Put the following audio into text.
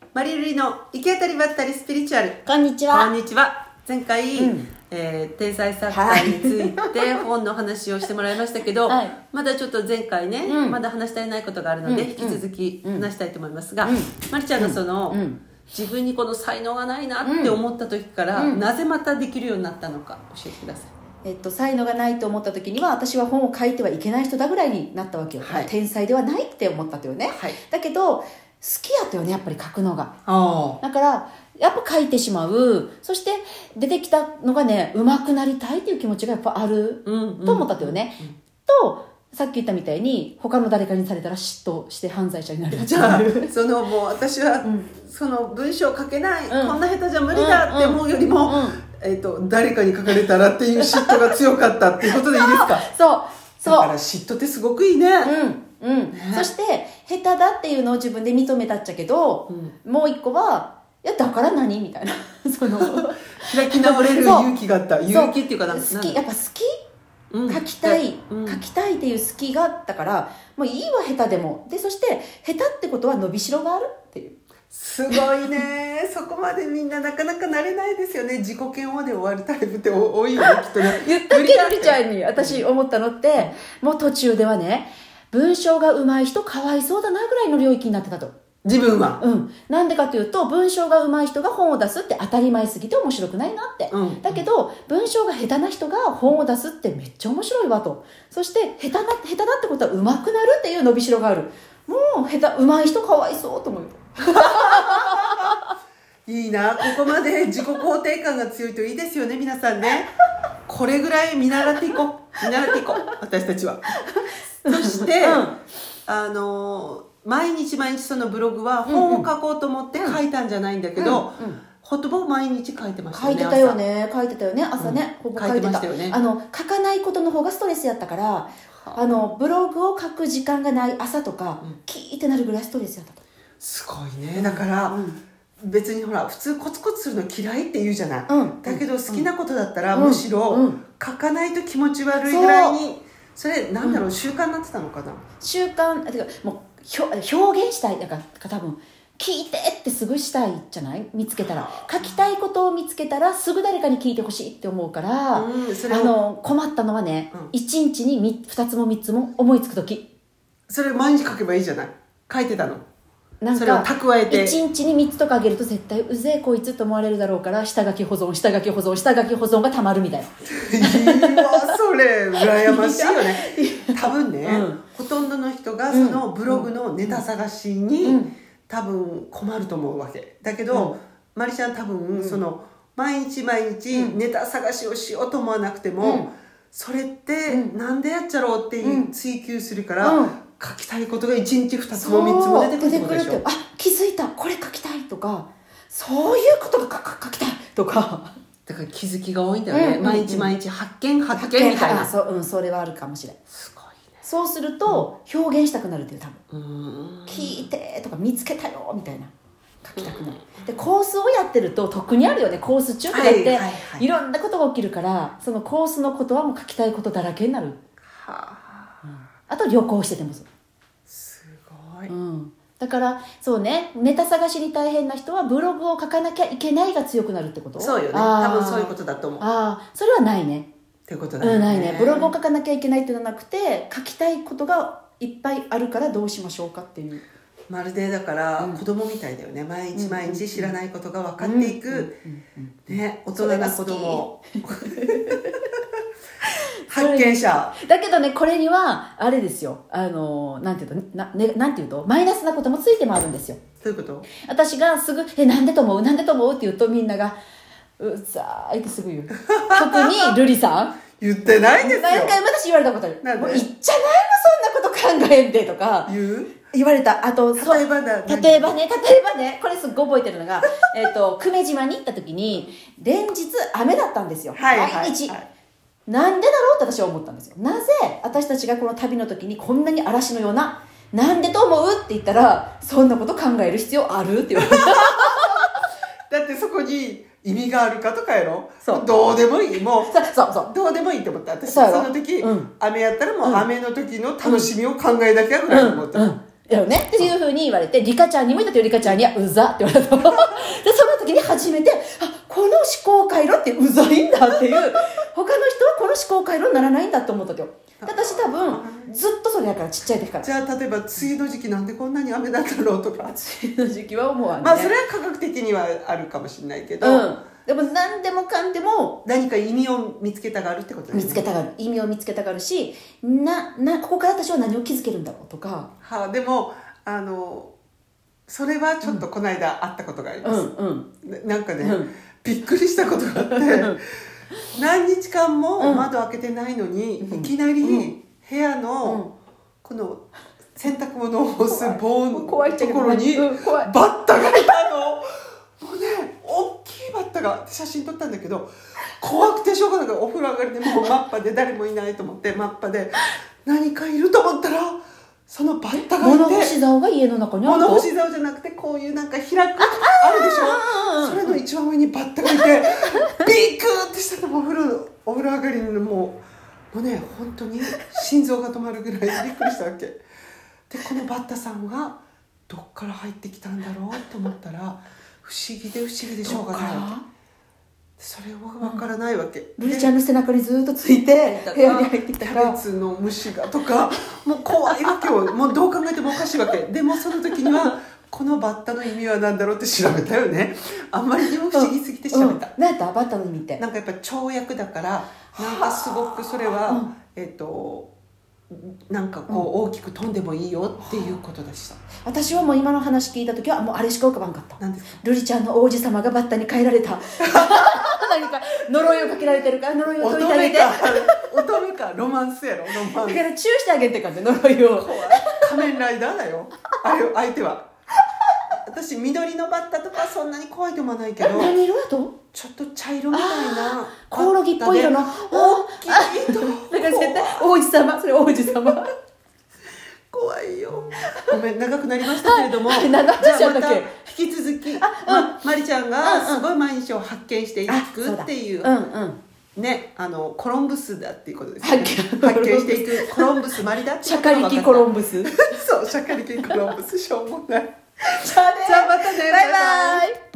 マリルリの行き当たりばったりスピリチュアル。 こんにちは。 こんにちは。前回、天才作家について本の話をしてもらいましたけど、はい、まだちょっと前回ね、まだ話し足りないことがあるので、引き続き話したいと思いますが、まりちゃんがその、自分にこの才能がないなって思った時から、なぜまたできるようになったのか教えてください。 才能がないと思った時には、私は本を書いてはいけない人だぐらいになったわけよ、はい、天才ではないって思ったとよね、はい、だけど好きやったよね、やっぱり書くのが。だからやっぱ書いてしまう。そして出てきたのがね、上手くなりたいっていう気持ちがやっぱあると思ったとよね、とさっき言ったみたいに他の誰かにされたら嫉妬して犯罪者になる。 じゃあそのもう私は、その文章書けない、こんな下手じゃ無理だって思うよりも、誰かに書かれたらっていう嫉妬が強かったっていうことでいいですか？そうだから嫉妬ってすごくいいね。 そして下手だっていうのを自分で認めたっちゃけど、もう一個はいやだから何みたいなその開き直れる勇気があった。勇気っていうかやっぱ好き、書きたいっていう好きがあったから、もういいわ下手でも。でそして下手ってことは伸びしろがあるっていう。 すごいね。そこまでみんななかなかなれないですよね。自己嫌悪で終わるタイプって多いよね、きっとね。 言ったっけ、のりちゃんに私思ったのって、もう途中ではね、文章が上手い人かわいそうだなぐらいの領域になってたと。 自分は。 なんでかというと、文章が上手い人が本を出すって当たり前すぎて面白くないなって。だけど、文章が下手な人が本を出すってめっちゃ面白いわと。そして、下手だってことは上手くなるっていう伸びしろがある。もう上手い人かわいそうと思う。 いいな、ここまで自己肯定感が強いといいですよね、皆さんね。これぐらい見習っていこう、私たちは。そして、毎日そのブログは本を書こうと思って書いたんじゃないんだけど、ほぼ毎日書いてましたよね。 書いてたよね、朝ね、ほぼ書いてましたよね。書かないことの方がストレスやったから、ブログを書く時間がない朝とか、キーってなるぐらいストレスやったと。 すごいね。だから、別にほら普通コツコツするの嫌いって言うじゃない、だけど好きなことだったら、むしろ書かないと気持ち悪いぐらいに、それなんだろう、習慣になってたのかな。 習慣てかもう表現したいだから多分聞いてってすぐしたいじゃない。見つけたら書きたいことを見つけたらすぐ誰かに聞いてほしいって思うから、困ったのはね、1日に2つも3つも思いつくとき、 それ毎日書けばいいじゃない。書いてたの。 なんかそれを蓄えて 1日に3つとかあげると絶対うぜえこいつと思われるだろうから、下書き保存がたまるみたいな。 いいわ、それ羨ましいよね。多分ね、ほとんどの人がそのブログのネタ探しに多分困ると思うわけだけど、まりちゃん多分その毎日ネタ探しをしようと思わなくても、それってなんでやっちゃろうっていう追求するから、書きたいことが1日2つも3つも出てくるってことでしょ。 気づいた、これ書きたいとか、そういうことが書きたいとか、 だから気づきが多いんだよね。毎日発見みたいな。 それはあるかもしれない。すごいね。そうすると表現したくなるっていう、多分聞いてとか見つけたよみたいな、書きたくなる。でコースをやってると特にあるよね。コース中とかっていろんなことが起きるから、そのコースのことはもう書きたいことだらけになる。あと旅行しててもそう。 すごい。 だからそうね、ネタ探しに大変な人はブログを書かなきゃいけないが強くなるってこと。 そうよね。多分そういうことだと思う。 それはないね。 ってことだよね。 ないね。ブログを書かなきゃいけないっていうのはなくて、書きたいことがいっぱいあるからどうしましょうかっていう。 まるでだから子供みたいだよね。毎日知らないことが分かっていくね、大人な子供。発見者だけどね、これにはあれですよ、なんていうとマイナスなこともついてもあるんですよ。 どういうこと？ 私がすぐなんでと思うって言うと、みんながうざーいってすぐ言う。特にルリさん言ってないんですよ。 何回も私言われたことある。もう言っちゃないの、そんなこと考えんでとか言われた。あと例えばね、これすっごい覚えてるのが久米島に行った時に連日雨だったんですよ、毎日。なんでだろうって私は思ったんですよ。なぜ私たちがこの旅の時にこんなに嵐のような、なんでと思うって言ったら、そんなこと考える必要あるって言われた。 だってそこに意味があるかとかやろ。どうでもいい。もうどうでもいいと思った。私その時、雨やったらもう雨の時の楽しみを考えなきゃぐらい思った。 よねっていうふうに言われて、リカちゃんにも言ったけど、リカちゃんにはうざって言われたで、その時に初めて、この思考回路ってうざいんだっていう、他の人はこの思考回路にならないんだって思ったけど、私多分ずっとそれやから、ちっちゃい時から。 じゃあ例えば梅雨の時期なんでこんなに雨だったろうとか、 梅雨の時期は思わんね。 まあそれは科学的にはあるかもしれないけど、 でも何でもかんでも何か意味を見つけたがるってことですね。 見つけたがる、意味を見つけたがるし、ここから私は何を気づけるんだろうとか。 でもそれはちょっとこの間あったことがあります、なんかね、びっくりしたことがあって何日間も窓開けてないのに、いきなり部屋のこの洗濯物を干す棒のところにバッタがいたの。もうね、大きいバッタが、写真撮ったんだけど、怖くてしょうがないから、お風呂上がりでもうマッパで誰もいないと思って、マッパで何かいると思ったら、そのバッタがいて、 物干し竿が家の中にある。 物干し竿じゃなくて、こういうなんか開くあるでしょ。それの一番上にバッタがいて、ビクってしたの。お風呂上がりにもうね、本当に心臓が止まるぐらいびっくりしたわけで、このバッタさんがどっから入ってきたんだろうと思ったら、不思議でしょうがないわけ。それは分からないわけ。 ルリちゃんの背中にずっとついて部屋に入ってきたから、 キャベツの虫がとか、もう怖いわけよ。もうどう考えてもおかしいわけでもその時にはこのバッタの意味は何だろうって調べたよね。あんまりにも不思議すぎて調べた。 何やったバッタの意味って。 なんかやっぱ跳躍だから、なんかすごくそれはなんかこう大きく飛んでもいいよっていうことでした。 私はもう今の話聞いた時はもうあれしか浮かばんかった。 何ですか。 ルリちゃんの王子様がバッタに変えられた何か呪いをかけられてるから、呪いを解いてあげて。 乙女かロマンスやろ、ロマンス。 だからチューしてあげてかって、呪いを。 仮面ライダーだよあれ、相手は。私緑のバッタとかそんなに怖いと思わないけど、 何色だとちょっと茶色みたいなコオロギっぽい色の大きいと。 だから絶対王子様、それ王子様怖いよ。ごめん、長くなりましたけれども、じゃあまた引き続きまりちゃんがすごい毎日を発見していくっていうね、コロンブスだっていうことですね。発見していくコロンブスマリだってシャカリキコロンブスそう、シャカリキコロンブス、しょうもない。 じゃあまたね、 バイバイ。